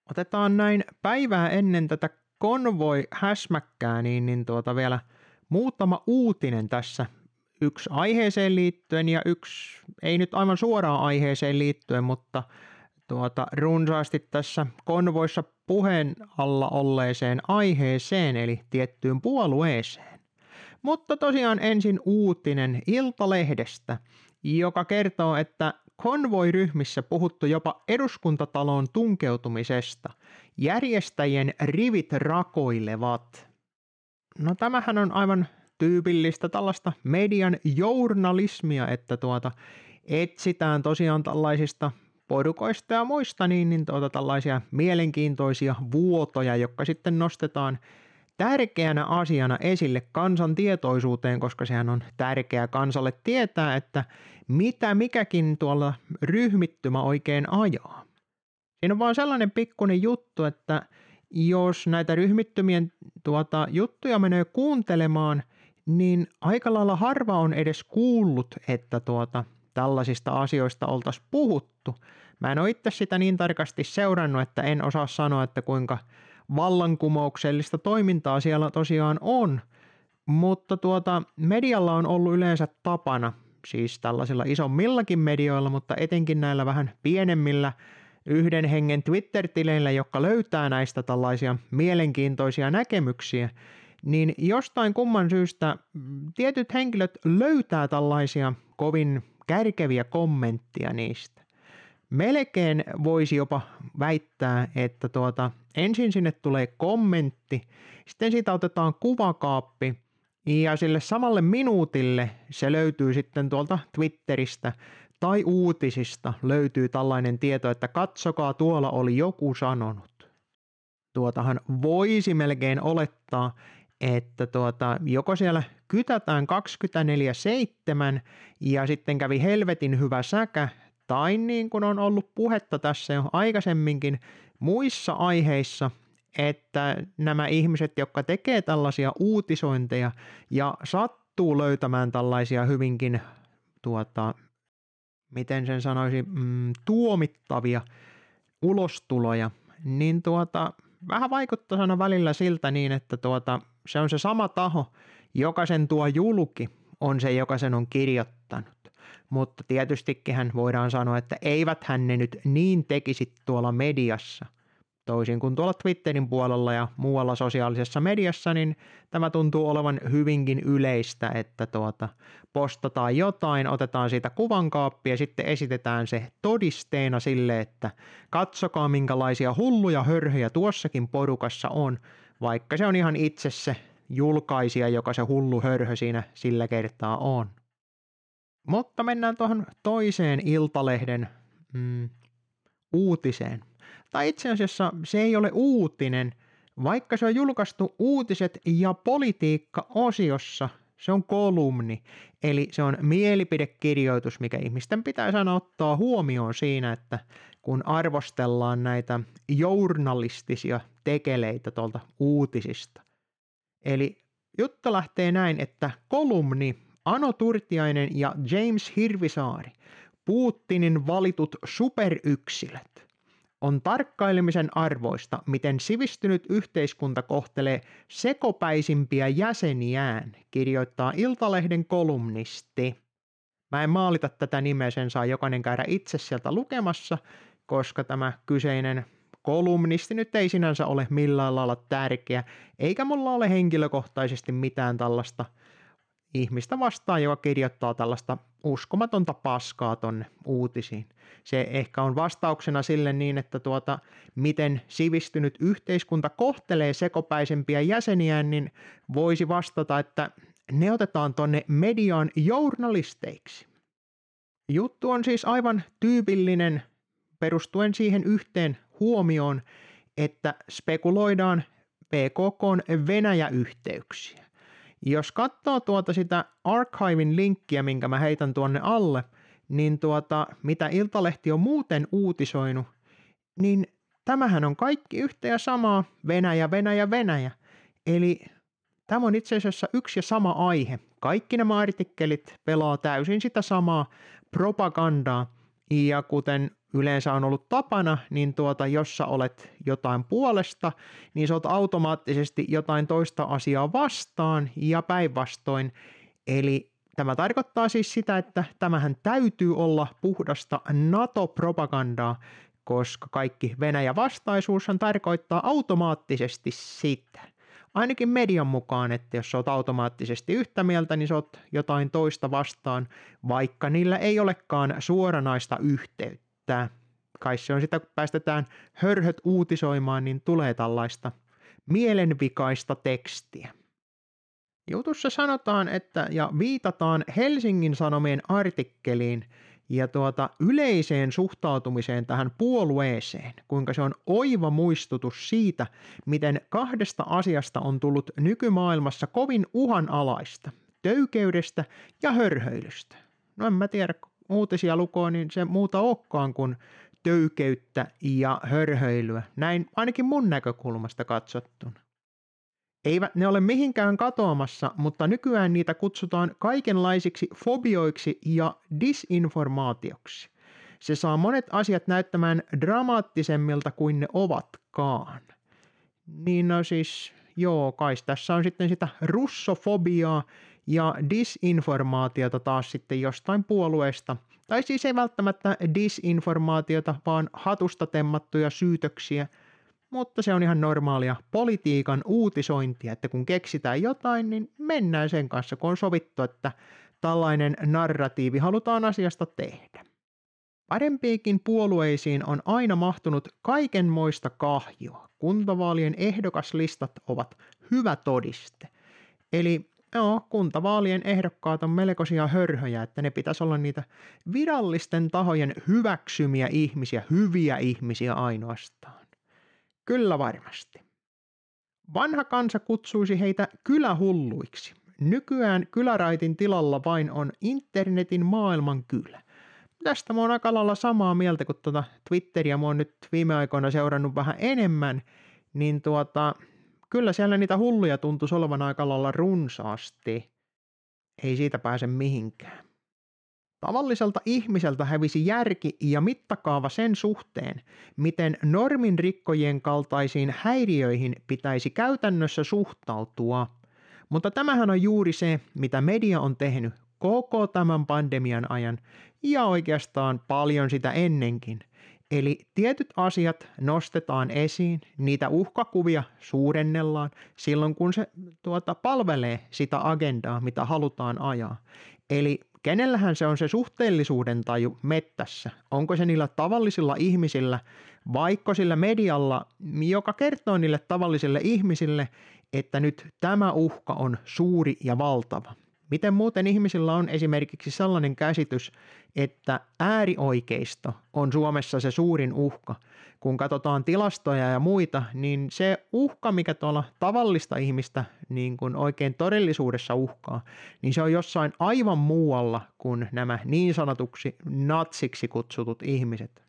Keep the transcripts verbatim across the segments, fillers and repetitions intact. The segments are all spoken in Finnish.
Otetaan näin päivää ennen tätä konvoi-häsmäkkää niin, niin tuota vielä muutama uutinen tässä. Yksi aiheeseen liittyen ja yksi ei nyt aivan suoraan aiheeseen liittyen, mutta tuota, runsaasti tässä konvoissa puheen alla olleeseen aiheeseen eli tiettyyn puolueeseen. Mutta tosiaan ensin uutinen Iltalehdestä, joka kertoo, että konvoiryhmissä puhuttu jopa eduskuntataloon tunkeutumisesta. Järjestäjien rivit rakoilevat. No tämähän on aivan tyypillistä tällaista median journalismia, että tuota etsitään tosiaan tällaisista porukoista ja muista niin, niin tuota tällaisia mielenkiintoisia vuotoja, jotka sitten nostetaan tärkeänä asiana esille kansan tietoisuuteen, koska sehän on tärkeää kansalle tietää, että mitä mikäkin tuolla ryhmittymä oikein ajaa. Siinä on vaan sellainen pikkuinen juttu, että jos näitä ryhmittymien tuota, juttuja menee kuuntelemaan, niin aika lailla harva on edes kuullut, että tuota, tällaisista asioista oltaisiin puhuttu. Mä en ole itse sitä niin tarkasti seurannut, että en osaa sanoa, että kuinka vallankumouksellista toimintaa siellä tosiaan on, mutta tuota, medialla on ollut yleensä tapana, siis tällaisilla isommillakin medioilla, mutta etenkin näillä vähän pienemmillä yhden hengen Twitter-tileillä, jotka löytää näistä tällaisia mielenkiintoisia näkemyksiä, niin jostain kumman syystä tietyt henkilöt löytää tällaisia kovin kärkeviä kommentteja niistä. Melkein voisi jopa väittää, että tuota, ensin sinne tulee kommentti, sitten siitä otetaan kuvakaappi ja sille samalle minuutille se löytyy sitten tuolta Twitteristä tai uutisista löytyy tällainen tieto, että katsokaa tuolla oli joku sanonut. Tuotahan voisi melkein olettaa, että tuota, joko siellä kytätään kaksikymmentäneljä seitsemän ja sitten kävi helvetin hyvä säkä, tai niin kuin on ollut puhetta tässä jo aikaisemminkin muissa aiheissa, että nämä ihmiset, jotka tekee tällaisia uutisointeja ja sattuu löytämään tällaisia hyvinkin, tuota, miten sen sanoisi, mm, tuomittavia ulostuloja, niin tuota, vähän vaikuttaa sana välillä siltä niin, että tuota, se on se sama taho, joka sen tuo julki, on se, joka sen on kirjoittanut. Mutta tietystikin voidaan sanoa, että eivät hän ne nyt niin tekisi tuolla mediassa. Toisin kuin tuolla Twitterin puolella ja muualla sosiaalisessa mediassa, niin tämä tuntuu olevan hyvinkin yleistä, että tuota, postataan jotain, otetaan siitä kuvankaappia ja sitten esitetään se todisteena sille, että katsokaa minkälaisia hulluja hörhöjä tuossakin porukassa on, vaikka se on ihan itse se julkaisija, joka se hullu hörhö siinä sillä kertaa on. Mutta mennään tuohon toiseen Iltalehden mm, uutiseen. Tai itse asiassa se ei ole uutinen, vaikka se on julkaistu uutiset ja politiikka-osiossa, se on kolumni. Eli se on mielipidekirjoitus, mikä ihmisten pitää saada ottaa huomioon siinä, että kun arvostellaan näitä journalistisia tekeleitä tuolta uutisista. Eli juttu lähtee näin, että kolumni Ano Turtiainen ja James Hirvisaari, Putinin valitut superyksilöt, on tarkkailemisen arvoista, miten sivistynyt yhteiskunta kohtelee sekopäisimpiä jäseniään, kirjoittaa Iltalehden kolumnisti. Mä en maalita tätä nimeä, sen saa jokainen käydä itse sieltä lukemassa, koska tämä kyseinen kolumnisti nyt ei sinänsä ole millään lailla tärkeä, eikä mulla ole henkilökohtaisesti mitään tällaista ihmistä vastaan, joka kirjoittaa tällaista uskomatonta paskaa tonne uutisiin. Se ehkä on vastauksena sille niin, että tuota, miten sivistynyt yhteiskunta kohtelee sekopäisempiä jäseniään, niin voisi vastata, että ne otetaan tonne mediaan journalisteiksi. Juttu on siis aivan tyypillinen perustuen siihen yhteen huomioon, että spekuloidaan P K K:n Venäjä-yhteyksiä. Jos katsoo tuota sitä Archivin linkkiä, minkä mä heitän tuonne alle, niin tuota, mitä Iltalehti on muuten uutisoinut, niin tämähän on kaikki yhtä ja samaa Venäjä, Venäjä, Venäjä. Eli tämä on itse asiassa yksi ja sama aihe. Kaikki nämä artikkelit pelaa täysin sitä samaa propagandaa. Ja kuten yleensä on ollut tapana, niin tuota, jos sä olet jotain puolesta, niin sä oot automaattisesti jotain toista asiaa vastaan ja päinvastoin. Eli tämä tarkoittaa siis sitä, että tämähän täytyy olla puhdasta NATO-propagandaa, koska kaikki Venäjä-vastaisuushan tarkoittaa automaattisesti sitä. Ainakin median mukaan, että jos olet automaattisesti yhtä mieltä, niin sä oot jotain toista vastaan, vaikka niillä ei olekaan suoranaista yhteyttä. Kai se on sitä, kun päästetään hörhöt uutisoimaan, niin tulee tällaista mielenvikaista tekstiä. Jutussa sanotaan, että ja viitataan Helsingin Sanomien artikkeliin ja tuota yleiseen suhtautumiseen tähän puolueeseen, kuinka se on oiva muistutus siitä, miten kahdesta asiasta on tullut nykymaailmassa kovin uhanalaista, töykeydestä ja hörhöilystä. No en mä tiedä, kun uutisia lukoo, niin se muuta olekaan kuin töykeyttä ja hörhöilyä, näin ainakin mun näkökulmasta katsottuna. Eivät ne ole mihinkään katoamassa, mutta nykyään niitä kutsutaan kaikenlaisiksi fobioiksi ja disinformaatioksi. Se saa monet asiat näyttämään dramaattisemmilta kuin ne ovatkaan. Niin no siis, joo, kai tässä on sitten sitä russofobiaa ja disinformaatiota taas sitten jostain puolueesta. Tai siis ei välttämättä disinformaatiota, vaan hatusta temmattuja syytöksiä. Mutta se on ihan normaalia politiikan uutisointia, että kun keksitään jotain, niin mennään sen kanssa, kun on sovittu, että tällainen narratiivi halutaan asiasta tehdä. Parempiinkin puolueisiin on aina mahtunut kaikenmoista kahjoa. Kuntavaalien ehdokaslistat ovat hyvä todiste. Eli joo, kuntavaalien ehdokkaat on melkoisia hörhöjä, että ne pitäisi olla niitä virallisten tahojen hyväksymiä ihmisiä, hyviä ihmisiä ainoastaan. Kyllä varmasti. Vanha kansa kutsuisi heitä kylähulluiksi. Nykyään kyläraitin tilalla vain on internetin maailman kylä. Tästä mä oon aika lailla samaa mieltä, kun tuota Twitteriä mä oon nyt viime aikoina seurannut vähän enemmän, niin tuota, kyllä siellä niitä hulluja tuntuisi olevan aika lailla runsaasti. Ei siitä pääse mihinkään. Tavalliselta ihmiseltä hävisi järki ja mittakaava sen suhteen, miten norminrikkojien kaltaisiin häiriöihin pitäisi käytännössä suhtautua. Mutta tämähän on juuri se, mitä media on tehnyt koko tämän pandemian ajan ja oikeastaan paljon sitä ennenkin. Eli tietyt asiat nostetaan esiin, niitä uhkakuvia suurennellaan silloin, kun se tuota, palvelee sitä agendaa, mitä halutaan ajaa. Eli kenellähän se on se suhteellisuuden taju mettässä? Onko se niillä tavallisilla ihmisillä, vaikka sillä medialla, joka kertoo niille tavallisille ihmisille, että nyt tämä uhka on suuri ja valtava? Miten muuten ihmisillä on esimerkiksi sellainen käsitys, että äärioikeisto on Suomessa se suurin uhka? Kun katsotaan tilastoja ja muita, niin se uhka, mikä tuolla tavallista ihmistä niin kuin oikein todellisuudessa uhkaa, niin se on jossain aivan muualla kuin nämä niin sanotuksi natsiksi kutsutut ihmiset.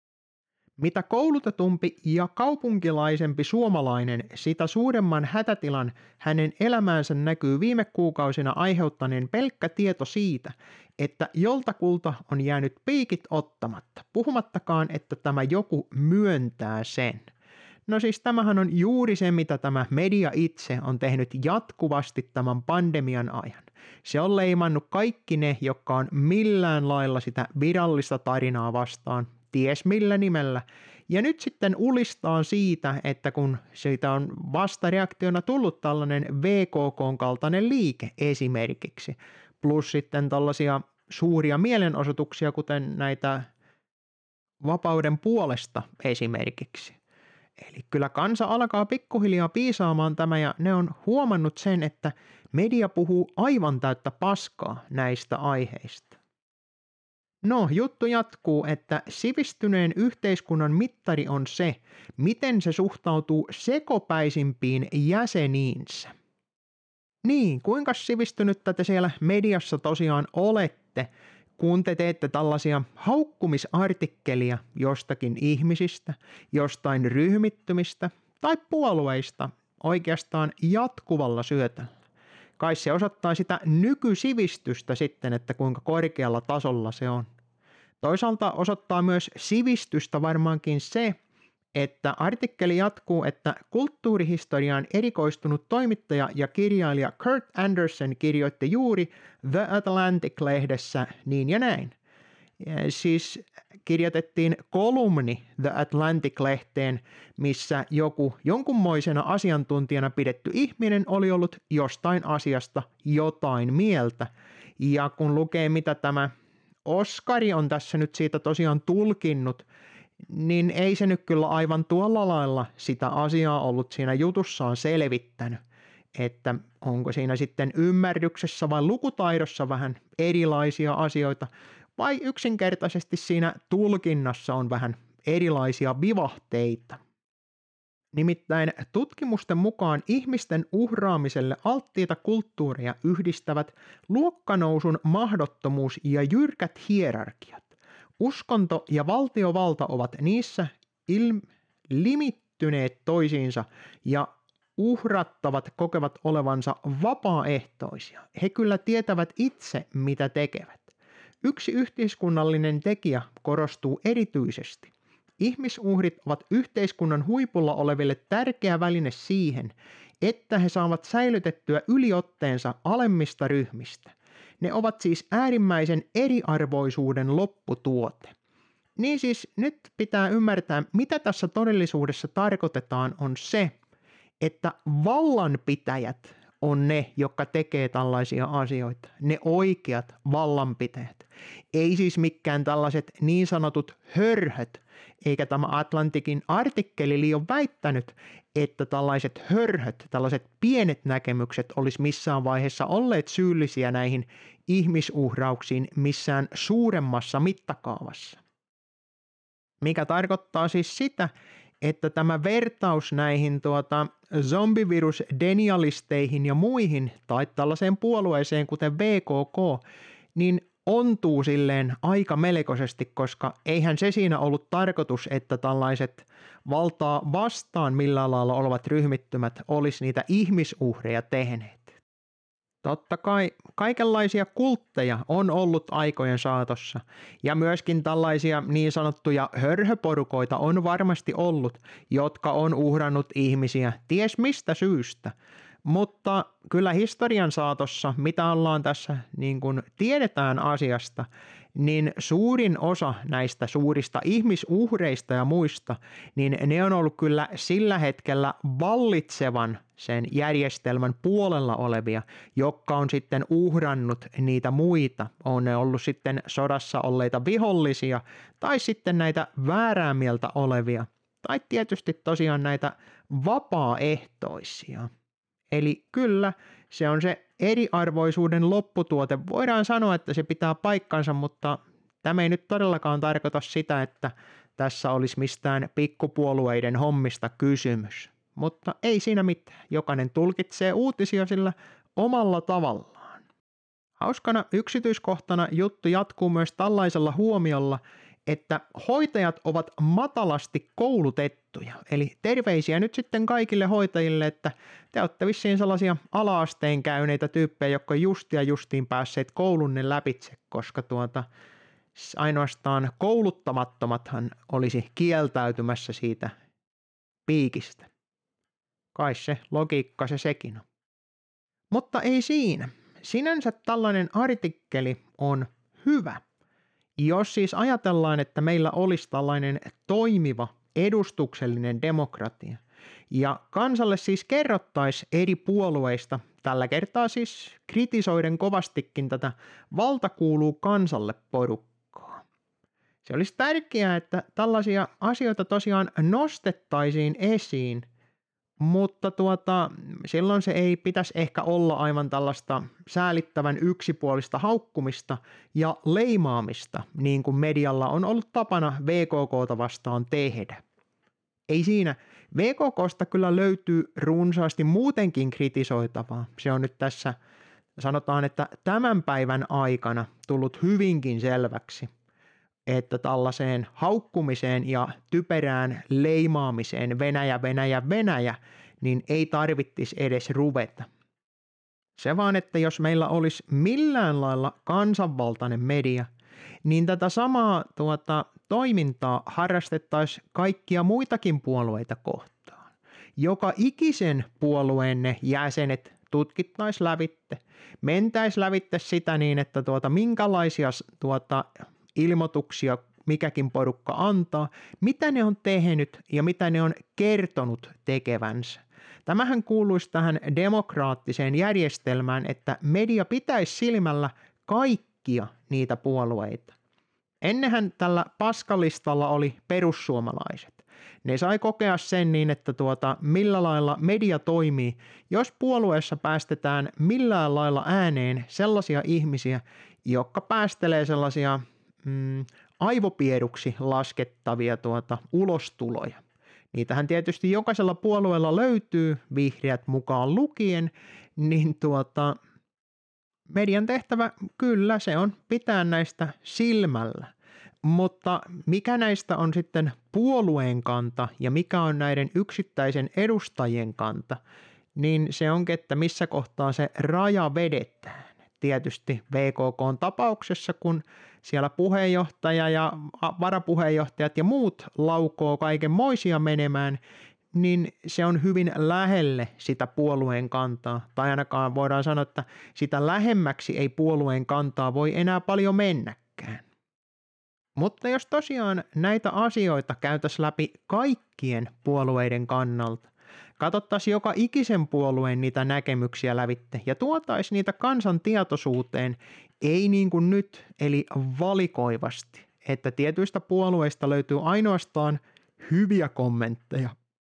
Mitä koulutetumpi ja kaupunkilaisempi suomalainen, sitä suuremman hätätilan hänen elämäänsä näkyy viime kuukausina aiheuttaneen pelkkä tieto siitä, että joltakulta on jäänyt piikit ottamatta, puhumattakaan, että tämä joku myöntää sen. No siis tämähän on juuri se, mitä tämä media itse on tehnyt jatkuvasti tämän pandemian ajan. Se on leimannut kaikki ne, jotka on millään lailla sitä virallista tarinaa vastaan, ties millä nimellä. Ja nyt sitten ulistaan siitä, että kun siitä on vastareaktiona tullut tällainen V K K:n kaltainen liike esimerkiksi, plus sitten tällaisia suuria mielenosoituksia, kuten näitä vapauden puolesta esimerkiksi. Eli kyllä kansa alkaa pikkuhiljaa piisaamaan tämä ja ne on huomannut sen, että media puhuu aivan täyttä paskaa näistä aiheista. No, juttu jatkuu, että sivistyneen yhteiskunnan mittari on se, miten se suhtautuu sekopäisimpiin jäseniinsä. Niin, kuinka sivistynyttä te siellä mediassa tosiaan olette, kun te teette tällaisia haukkumisartikkelia jostakin ihmisistä, jostain ryhmittymistä tai puolueista oikeastaan jatkuvalla syötöllä. Kai se osoittaa sitä nykysivistystä sitten, että kuinka korkealla tasolla se on. Toisaalta osoittaa myös sivistystä varmaankin se, että artikkeli jatkuu, että kulttuurihistoriaan erikoistunut toimittaja ja kirjailija Kurt Anderson kirjoitti juuri The Atlantic-lehdessä niin ja näin. Ja siis kirjoitettiin kolumni The Atlantic-lehteen, missä joku jonkunmoisena asiantuntijana pidetty ihminen oli ollut jostain asiasta jotain mieltä. Ja kun lukee, mitä tämä Oskari on tässä nyt siitä tosiaan tulkinnut, niin ei se nyt kyllä aivan tuolla lailla sitä asiaa ollut siinä jutussaan selvittänyt, että onko siinä sitten ymmärryksessä vai lukutaidossa vähän erilaisia asioita, vai yksinkertaisesti siinä tulkinnassa on vähän erilaisia vivahteita. Nimittäin tutkimusten mukaan ihmisten uhraamiselle alttiita kulttuureja yhdistävät luokkanousun mahdottomuus ja jyrkät hierarkiat. Uskonto ja valtiovalta ovat niissä il- limittyneet toisiinsa ja uhrattavat kokevat olevansa vapaaehtoisia. He kyllä tietävät itse, mitä tekevät. Yksi yhteiskunnallinen tekijä korostuu erityisesti. Ihmisuhrit ovat yhteiskunnan huipulla oleville tärkeä väline siihen, että he saavat säilytettyä yliotteensa alemmista ryhmistä. Ne ovat siis äärimmäisen eriarvoisuuden lopputuote. Niin siis nyt pitää ymmärtää, mitä tässä todellisuudessa tarkoitetaan on se, että vallanpitäjät on ne, jotka tekee tällaisia asioita. Ne oikeat vallanpitäjät. Ei siis mikään tällaiset niin sanotut hörhöt, eikä tämä Atlantikin artikkeli liian väittänyt, että tällaiset hörhöt, tällaiset pienet näkemykset olisi missään vaiheessa olleet syyllisiä näihin ihmisuhrauksiin missään suuremmassa mittakaavassa. Mikä tarkoittaa siis sitä, että tämä vertaus näihin tuota zombivirus-denialisteihin ja muihin tai tällaiseen puolueeseen kuten V K K, niin ontuu silleen aika melkoisesti, koska eihän se siinä ollut tarkoitus, että tällaiset valtaa vastaan millään lailla olevat ryhmittymät olisi niitä ihmisuhreja tehneet. Totta kai kaikenlaisia kultteja on ollut aikojen saatossa ja myöskin tällaisia niin sanottuja hörhöporukoita on varmasti ollut, jotka on uhrannut ihmisiä ties mistä syystä. Mutta kyllä historian saatossa, mitä ollaan tässä niin kuin tiedetään asiasta, niin suurin osa näistä suurista ihmisuhreista ja muista, niin ne on ollut kyllä sillä hetkellä vallitsevan sen järjestelmän puolella olevia, jotka on sitten uhrannut niitä muita. On ne ollut sitten sodassa olleita vihollisia tai sitten näitä väärää mieltä olevia tai tietysti tosiaan näitä vapaaehtoisia. Eli kyllä, se on se eriarvoisuuden lopputuote. Voidaan sanoa, että se pitää paikkansa, mutta tämä ei nyt todellakaan tarkoita sitä, että tässä olisi mistään pikkupuolueiden hommista kysymys. Mutta ei siinä mitään. Jokainen tulkitsee uutisia sillä omalla tavallaan. Hauskana yksityiskohtana juttu jatkuu myös tällaisella huomiolla, että hoitajat ovat matalasti koulutettuja. Eli terveisiä nyt sitten kaikille hoitajille, että te olette vissiin sellaisia ala-asteen käyneitä tyyppejä, jotka just ja justiin päässeet koulunne läpitse, koska tuota, ainoastaan kouluttamattomathan olisi kieltäytymässä siitä piikistä. Kai se logiikka se sekin on. Mutta ei siinä. Sinänsä tällainen artikkeli on hyvä. Jos siis ajatellaan, että meillä olisi tällainen toimiva edustuksellinen demokratia ja kansalle siis kerrottaisi eri puolueista, tällä kertaa siis kritisoiden kovastikin tätä valta kuuluu kansalle porukkaa. Se olisi tärkeää, että tällaisia asioita tosiaan nostettaisiin esiin, mutta tuota, silloin se ei pitäisi ehkä olla aivan tällaista säälittävän yksipuolista haukkumista ja leimaamista, niin kuin medialla on ollut tapana V K K:ta vastaan tehdä. Ei siinä. V K K:sta kyllä löytyy runsaasti muutenkin kritisoitavaa. Se on nyt tässä, sanotaan, että tämän päivän aikana tullut hyvinkin selväksi, että tällaiseen haukkumiseen ja typerään leimaamiseen Venäjä, Venäjä, Venäjä, niin ei tarvittisi edes ruveta. Se vaan, että jos meillä olisi millään lailla kansanvaltainen media, niin tätä samaa tuota, toimintaa harrastettaisiin kaikkia muitakin puolueita kohtaan. Joka ikisen puolueenne jäsenet tutkittaisiin lävitte, mentäisiin lävitte sitä niin, että tuota, minkälaisia tuota, ilmoituksia mikäkin porukka antaa, mitä ne on tehnyt ja mitä ne on kertonut tekevänsä. Tämähän kuuluisi tähän demokraattiseen järjestelmään, että media pitäisi silmällä kaikkia niitä puolueita. Ennenhän tällä paskalistalla oli perussuomalaiset. Ne sai kokea sen niin, että tuota, millä lailla media toimii, jos puolueessa päästetään millään lailla ääneen sellaisia ihmisiä, jotka päästelee sellaisia mm, aivopieduksi laskettavia tuota, ulostuloja. Niitähän tietysti jokaisella puolueella löytyy, vihreät mukaan lukien, niin tuota, median tehtävä kyllä se on pitää näistä silmällä. Mutta mikä näistä on sitten puolueen kanta ja mikä on näiden yksittäisen edustajien kanta, niin se onkin, että missä kohtaa se raja vedetään. Tietysti V K K:n tapauksessa, kun siellä puheenjohtaja ja varapuheenjohtajat ja muut laukoo kaikenmoisia menemään, niin se on hyvin lähelle sitä puolueen kantaa. Tai ainakaan voidaan sanoa, että sitä lähemmäksi ei puolueen kantaa voi enää paljon mennäkään. Mutta jos tosiaan näitä asioita käytäisiin läpi kaikkien puolueiden kannalta, katsottaisiin joka ikisen puolueen niitä näkemyksiä lävitte ja tuotaisiin niitä kansan tietoisuuteen, ei niin kuin nyt, eli valikoivasti, että tietyistä puolueista löytyy ainoastaan hyviä kommentteja,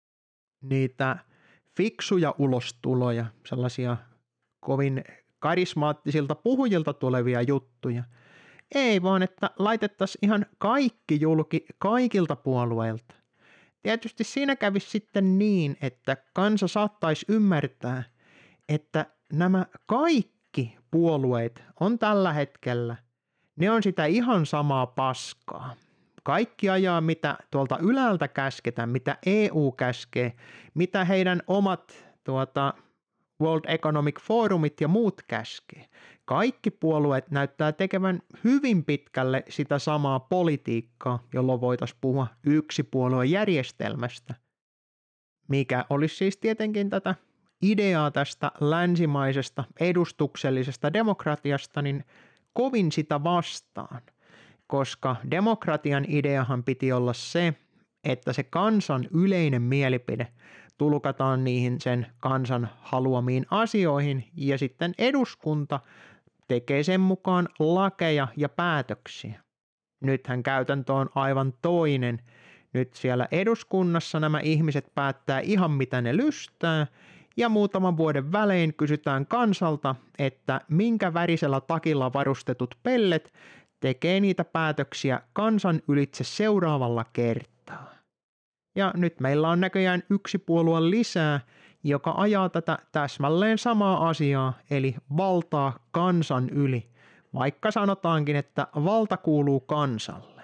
niitä fiksuja ulostuloja, sellaisia kovin karismaattisilta puhujilta tulevia juttuja. Ei vaan, että laitettaisiin ihan kaikki julki kaikilta puolueilta. Tietysti siinä kävisi sitten niin, että kansa saattaisi ymmärtää, että nämä kaikki puolueet on tällä hetkellä, ne on sitä ihan samaa paskaa. Kaikki ajaa, mitä tuolta ylältä käsketään, mitä E U käskee, mitä heidän omat tuota, World Economic Forumit ja muut käskee. Kaikki puolueet näyttää tekevän hyvin pitkälle sitä samaa politiikkaa, jolloin voitaisiin puhua yksipuoluejärjestelmästä, mikä olisi siis tietenkin tätä ideaa tästä länsimaisesta edustuksellisesta demokratiasta, niin kovin sitä vastaan, koska demokratian ideahan piti olla se, että se kansan yleinen mielipide tulkataan niihin sen kansan haluamiin asioihin ja sitten eduskunta tekee sen mukaan lakeja ja päätöksiä. Nythän käytäntö on aivan toinen. Nyt siellä eduskunnassa nämä ihmiset päättää ihan mitä ne lystää ja muutaman vuoden välein kysytään kansalta, että minkä värisellä takilla varustetut pellet tekee niitä päätöksiä kansan ylitse seuraavalla kertaa. Ja nyt meillä on näköjään yksi puolue lisää, joka ajaa tätä täsmälleen samaa asiaa, eli valtaa kansan yli, vaikka sanotaankin, että valta kuuluu kansalle.